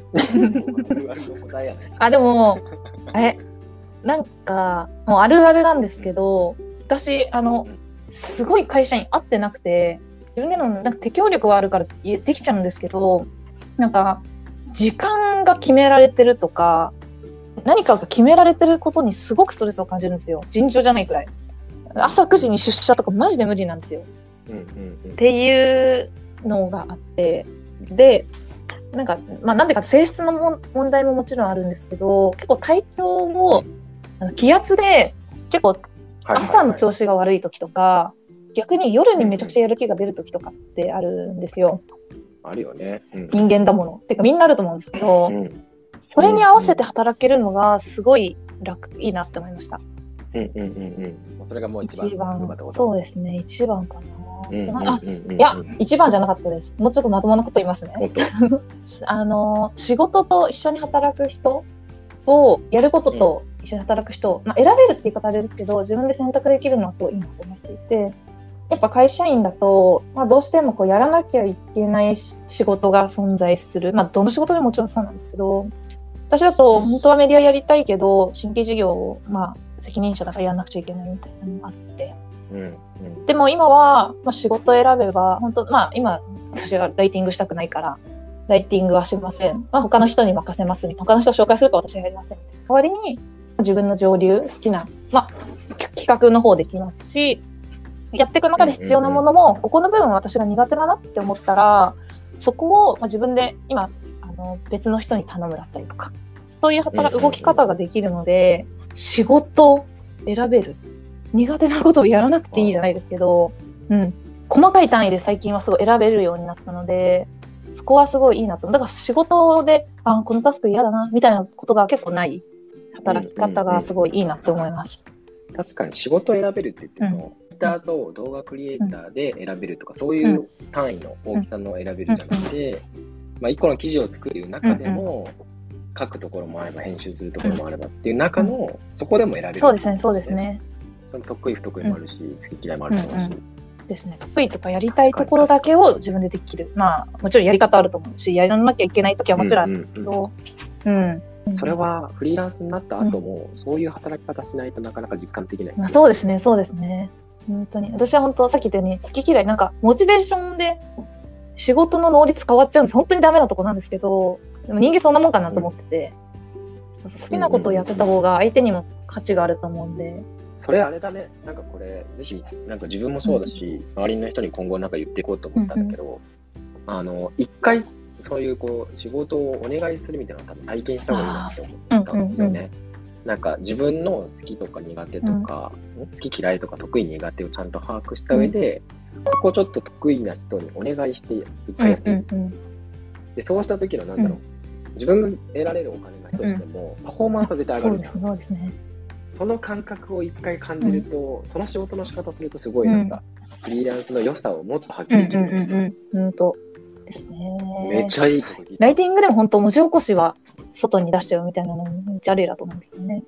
でも、なんか、もうあるあるなんですけど、私、すごい会社員合ってなくて、自分でのなんか適応力はあるからできちゃうんですけど、なんか、時間が決められてるとか、何かが決められてることにすごくストレスを感じるんですよ。尋常じゃないくらい。朝9時に出社とかマジで無理なんですよ。っていうのがあって、で、なんか、なんでか性質の問題ももちろんあるんですけど、結構体調も気圧で結構朝の調子が悪い時とか、逆に夜にめちゃくちゃやる気が出る時とかってあるんですよ。 あるよね。 人間だもの。てかみんなあると思うんですけど、それに合わせて働けるのがすごいいいなって思いました。 それがもう一番。 そうですね、一番かな。いや、一番じゃなかったです。もうちょっとまともなこと言いますね。仕事と一緒に働く人と、やることと一緒に働く人、選べるって言い方ですけど、自分で選択できるのはすごいいいなと思っていて、やっぱ会社員だと、どうしてもやらなきゃいけない仕事が存在する。どの仕事でももちろんそうなんですけど、私だと本当はメディアやりたいけど、新規事業を責任者だからやらなくちゃいけないみたいなのがあって。でも今は、仕事選べば、本当、今私はライティングしたくないから、ライティングはしません。他の人に任せますみたいな。他の人を紹介するか私はやりません。代わりに、自分の上流、好きな、企画の方できますし、やっていく中で必要なものも、ここの部分私が苦手だなって思ったら、そこを自分で今、別の人に頼むだったりとか、そういう動き方ができるので、仕事選べる。苦手なことをやらなくていいじゃないですけど、細かい単位で最近はすごい選べるようになったので、そこはすごいいいなと。だから仕事で、このタスク嫌だな、みたいなことが結構ない働き方がすごいいいなって思います。 確かに仕事を選べるって言って、ツイッターと動画クリエイターで選べるとか、そういう単位の大きさの選べるじゃなくて、一個の記事を作る中でも、書くところもあれば、編集するところもあればっていう中の、そこでも選べる。 そうですね、そうですね。 その得意不得意もあるし、好き嫌いもあるし。 ですね。得意とかやりたいところだけを自分でできる。もちろんやり方あると思うし、やらなきゃいけないときはもちろんあるんですけど。 それはフリーランスになった後も、そういう働き方しないとなかなか実感できない。 そうですね、そうですね。本当に。私は本当、さっき言ったように、好き嫌い、モチベーションで仕事の能率変わっちゃうんです。本当にダメなとこなんですけど、でも人間そんなもんかなと思ってて、好きなことをやってた方が相手にも価値があると思うんで。 それあれだね。これ、ぜひ、自分もそうだし、周りの人に今後言っていこうと思ったんだけど、一回、そういう仕事をお願いするみたいなのを多分体験した方がいいなって思ったんですよね。自分の好きとか苦手とか、好き嫌いとか得意苦手をちゃんと把握した上で、ここちょっと得意な人にお願いして一回やってみる。で、そうした時の自分が得られるお金が一つでも、パフォーマンスは絶対上がる。 そうですね。 その感覚を一回感じると、その仕事の仕方するとすごいフリーランスの良さをもっと発揮できる。 本当ですね。 めっちゃいいこと聞いた。 ライティングでも本当文字起こしは外に出しちゃうみたいなのもめっちゃありだと思うんですよね。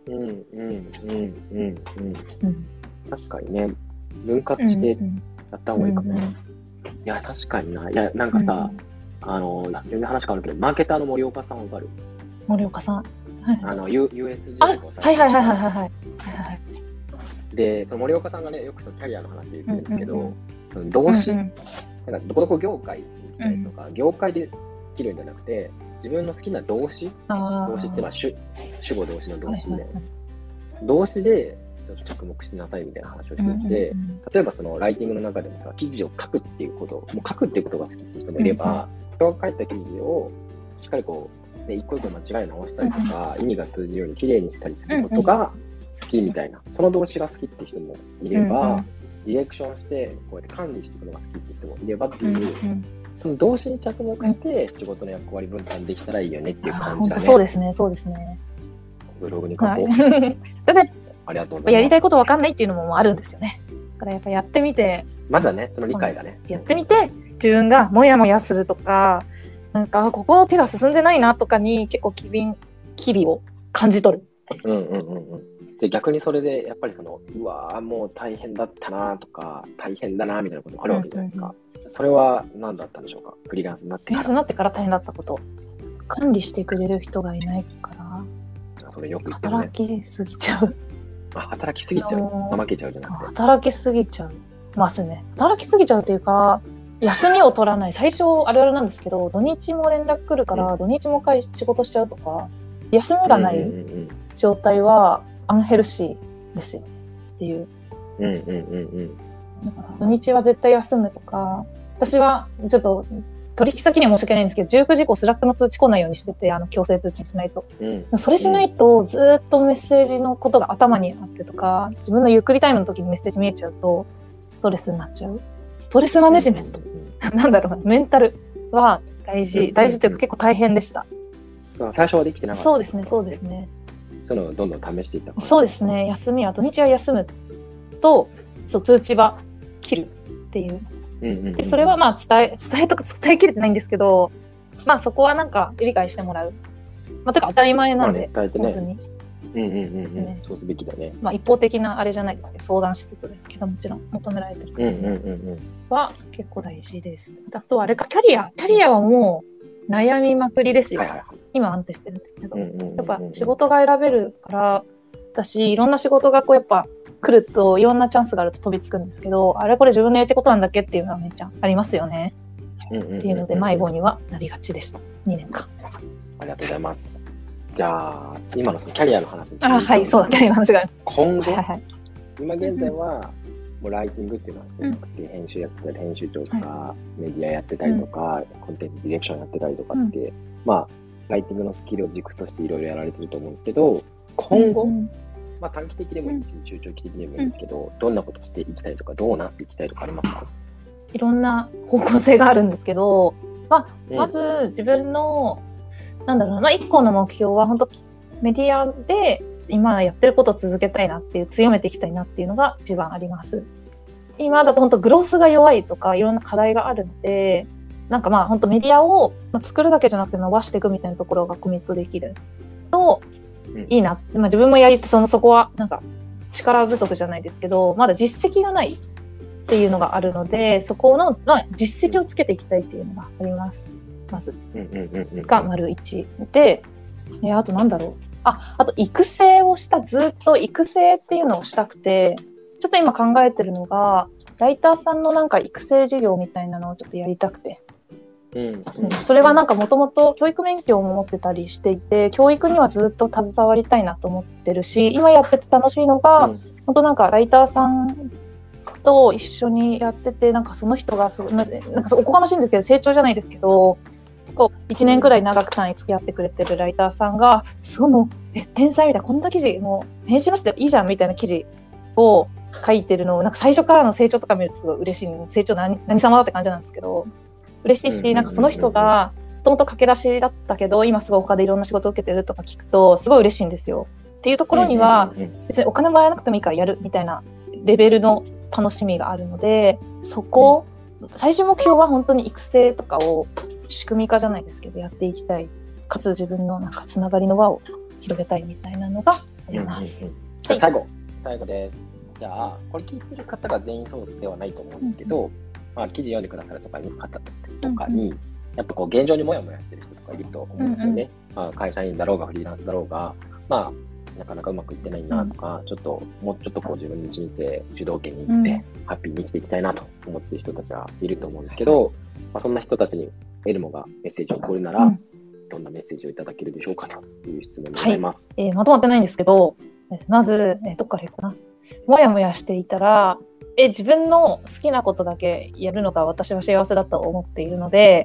確かにね、分割してやった方がいいかも。いや、確かにな。いや、さ、全然話変わるけど、マーケターの森岡さんわかる？ 森岡さん。 USJ とかさ。 で、その森岡さんがね、よくキャリアの話で言ってるんですけど、その動詞、どこどこ業界に行きたいとか、業界できるんじゃなくて、自分の好きな動詞って主語動詞の動詞で、動詞でちょっと着目しなさいみたいな話をしてて、例えばそのライティングの中でもさ、記事を書くっていうこと、もう書くっていうことが好きっていう人もいれば、人が書いた記事をしっかり一個一個間違い直したりとか、意味が通じるように綺麗にしたりすることが好きみたいな、その動詞が好きって人もいれば、 うんうんディレクションしてこうやって管理していくのが好きって人もいればっていう、 うんうんその動詞に着目して仕事の役割分担できたらいいよねっていう感じ本だね。 当そうですね、そうですね。 ブログに書こう。 はい。だってありがとうございます。 やりたいことわかんないっていうのもあるんですよね。だからやっぱやってみて、 まずはね、その理解がね。 やってみて、自分がモヤモヤするとか、なんかここ手が進んでないなとかに結構機微を感じ取る。 うんうんうんうん。で、逆にそれでやっぱりうわーもう大変だったなとか、大変だなみたいなこともあるわけじゃないですか。それは何だったんでしょうか、フリーランスになってフリーランスになってから大変だったこと。管理してくれる人がいないから、 それよく言ってるね。 働きすぎちゃう。 働きすぎちゃう。怠けちゃうじゃなくて。 働きすぎちゃう。ますね。働きすぎちゃうっていうか、休みを取らない。最初あるあるなんですけど、土日も連絡来るから、土日も仕事しちゃうとか、休みがない状態はアンヘルシーですよっていう。土日は絶対休むとか、私はちょっと取引先には申し訳ないんですけど、19時以降スラックの通知来ないようにしてて、強制通知しないと。それしないとずっとメッセージのことが頭にあってとか、自分のゆっくりタイムの時にメッセージ見えちゃうと、ストレスになっちゃう。ストレスマネジメント。なんだろうな、メンタルは大事というか結構大変でした。 最初はできてなかった。 そうですね、そうですね。 そのどんどん試していった。 そうですね、土日は休むと、通知は切るっていう。でそれはまあ伝えきれてないんですけど、まあそこはなんか理解してもらう。まあというか当たり前なんで、 伝えてね。 本当に。 そうすべきだね。 まあ一方的なあれじゃないですけど、相談しつつですけど、もちろん求められてるは結構大事です。あとあれか、キャリアはもう悩みまくりですよ。今安定してるんですけど、やっぱ仕事が選べるから、私いろんな仕事がこうやっぱ来るといろんなチャンスがあると飛びつくんですけど、あれこれ自分のやりたいことなんだっけっていうのはめっちゃありますよね。っていうので迷子にはなりがちでした。2年間。 ありがとうございます。じゃあ今のそのキャリアの話。 はい、そうだ、キャリアの話がある。 今後、今現在はもうライティングっていうのはなくて、編集やってたり、編集長とか、メディアやってたりとか、コンテンツディレクションやってたりとかって、まあライティングのスキルを軸としていろいろやられてると思うんですけど、今後、まあ短期的でもいいし、中長期的でもいいんですけど、どんなことしていきたいとか、どうなっていきたいとかありますか？ いろんな方向性があるんですけど、まず自分の、なんだろうな、一個の目標は本当メディアで今やってることを続けたいなっていう、強めていきたいなっていうのが一番あります。今だと本当グロースが弱いとかいろんな課題があるので、なんかまあ本当メディアを作るだけじゃなくて伸ばしていくみたいなところがコミットできるといいな。まあ自分もやりそこはなんか力不足じゃないですけど、まだ実績がないっていうのがあるので、そこの、まあ、実績をつけていきたいっていうのがあります。まず。が丸1で、あとなんだろう。あと育成をずっと育成っていうのをしたくて、ちょっと今考えてるのが、ライターさんのなんか育成事業みたいなのをちょっとやりたくて。それはなんかもともと教育免許を持ってたりしていて、教育にはずっと携わりたいなと思ってるし、今やってて楽しいのが、本当なんかライターさんと一緒にやってて、なんかその人がなんかおこがましいんですけど、成長じゃないですけど、結構1年くらい長く単位付き合ってくれてるライターさんが、すごいもう、天才みたいな、こんな記事、もう編集なしでいいじゃんみたいな記事を書いてるのを、なんか最初からの成長とか見るとすごい嬉しい。成長何様だって感じなんですけど、嬉しいし、なんかその人が、もともと駆け出しだったけど、今すごい他でいろんな仕事を受けてるとか聞くと、すごい嬉しいんですよ。っていうところには、別にお金もらえなくてもいいからやるみたいなレベルの楽しみがあるので、そこ、最終目標は本当に育成とかを仕組み化じゃないですけどやっていきたい。かつ自分のなんかつながりの輪を広げたいみたいなのがあります。 最後です。じゃあ、これ聞いてる方が全員そうではないと思うんですけど、まあ、記事読んでくださる方とかに、やっぱこう現状にもやもやしてる人とかいると思うんですよね。まあ、会社員だろうがフリーランスだろうが、まあなかなかうまくいってないなとか、もうちょっとこう自分の人生主導権に行って、ハッピーに生きていきたいなと思っている人たちはいると思うんですけど、まあ、そんな人たちにエルモがメッセージを送るなら、どんなメッセージをいただけるでしょうかという質問でございます。 まとまってないんですけど、まず、どっからいくかな。もやもやしていたら、自分の好きなことだけやるのが私は幸せだと思っているので、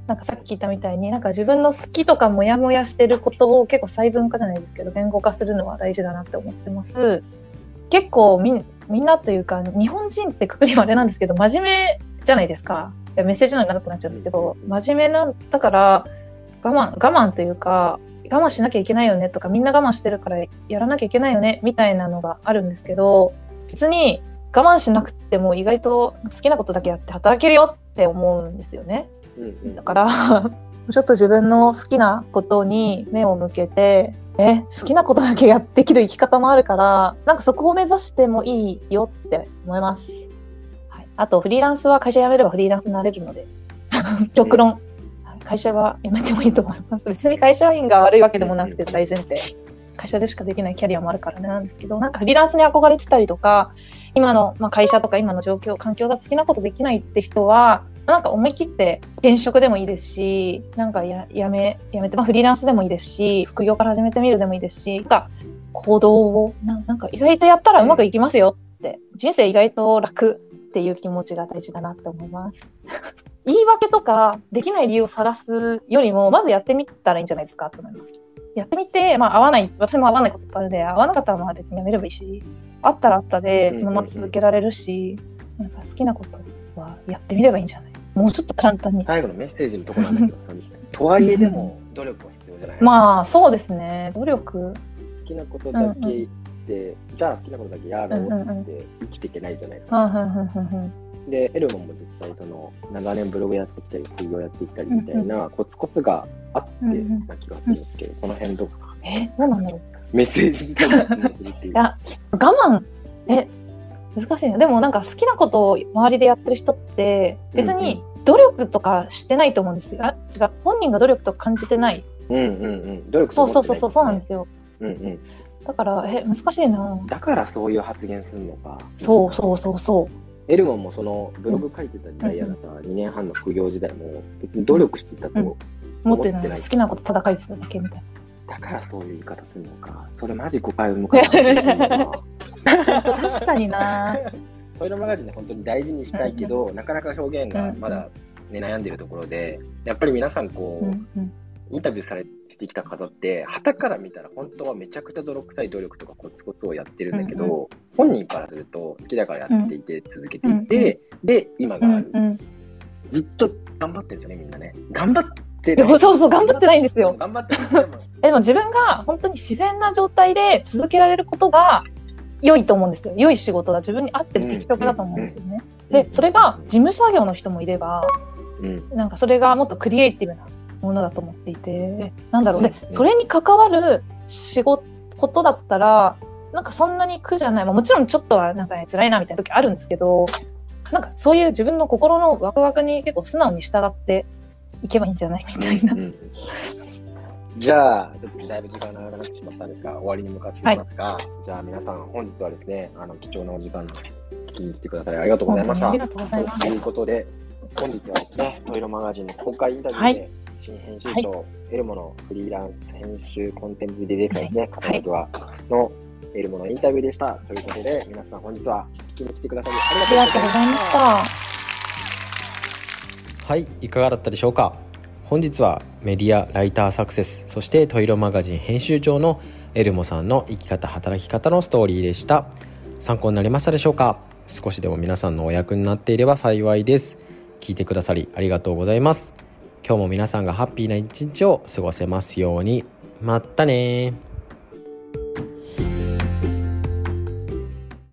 なんかさっき言ったみたいになんか自分の好きとかモヤモヤしてることを結構細分化じゃないですけど言語化するのは大事だなって思ってます。結構みんなというか日本人ってくくりはあれなんですけど真面目じゃないですか。いやメッセージのように長くなっちゃうんですけど、真面目なんだから我慢というか我慢しなきゃいけないよねとかみんな我慢してるからやらなきゃいけないよねみたいなのがあるんですけど、別に我慢しなくても意外と好きなことだけやって働けるよって思うんですよね。だからちょっと自分の好きなことに目を向けて好きなことだけできる生き方もあるからなんかそこを目指してもいいよって思います、はい、あとフリーランスは会社辞めればフリーランスになれるので極論会社は辞めてもいいと思います。別に会社員が悪いわけでもなくて大前提会社でしかできないキャリアもあるからねなんですけど、なんかフリーランスに憧れてたりとか今の、会社とか今の状況環境だと好きなことできないって人はなんか思い切って転職でもいいですし、なんかやめて、フリーランスでもいいですし、副業から始めてみるでもいいですし、なんか行動をなんか意外とやったらうまくいきますよって、人生意外と楽っていう気持ちが大事だなって思います。言い訳とかできない理由を探すよりもまずやってみたらいいんじゃないですかと思います。やってみて、合わない、私も合わないこといっぱいあるので、合わなかったら別にやめればいいし、あったらあったでそのまま続けられるし、なんか好きなことはやってみればいいんじゃない。もうちょっと簡単に。 最後のメッセージのところなんだけどさ、とはいえでも努力は必要じゃない。 そうですね。努力。 好きなことだけで、じゃあ好きなことだけやろうって生きていけないじゃないですか。で、エルモンも実際その長年ブログやってきたり、副業やってきたりみたいなコツコツがあってな気がするんですけど、その辺どうですか？ どうなんだろう。 メッセージに対して質問するっていう。 いや、我慢、難しいね。でもなんか好きなことを周りでやってる人って別に努力とかしてないと思うんですよ。本人が努力とか感じてない。 努力とそうなんですよ。だから難しいな。 だからそういう発言するのか。 そう。 エルモンもそのブログ書いてた時代やらさ、2年半の副業時代も別に努力してたと思ってない。 好きなことただ書いてただけみたいな。だからそういう言い方するのか。それマジ誤解を生むから確かにな。 トイレマガジンで本当に大事にしたいけど、なかなか表現がまだ、悩んでるところで、やっぱり皆さんこう、インタビューしてきた方って旗から見たら本当はめちゃくちゃ泥臭い努力とかコツコツをやってるんだけど、本人からすると好きだからやっていて続けていて、で今がある、ずっと頑張ってるんですよねみんなね。頑張って頑張ってないんですよ。 頑張ってでも自分が本当に自然な状態で続けられることが良いと思うんですよ。良い仕事だ、自分に合ってる適職だと思うんですよね。でそれが事務作業の人もいれば、なんかそれがもっとクリエイティブなものだと思っていて、でそれに関わることだったらなんかそんなに苦じゃない、もちろんちょっとはなんか辛いなみたいな時あるんですけど、なんかそういう自分の心のワクワクに結構素直に従っていけばいいんじゃないみたいな。 じゃあちょっとだいぶ時間が長くなってしまったんですが、終わりに向かっていきますが、じゃあ皆さん本日はですね、貴重なお時間聞きに来てくださりありがとうございました。 ありがとうございます。 ということで本日はですね、トイロマガジンの公開インタビューで、新編集長、エルモのフリーランス編集コンテンツディレクターですね、カタログはのエルモのインタビューでした。ということで、皆さん本日は聞きに来てくださりありがとうございました。 はい、いかがだったでしょうか。本日はメディアライターサクセス、そしてトイロマガジン編集長のエルモさんの生き方働き方のストーリーでした。参考になりましたでしょうか。少しでも皆さんのお役になっていれば幸いです。聞いてくださりありがとうございます。今日も皆さんがハッピーな一日を過ごせますように。まったねー。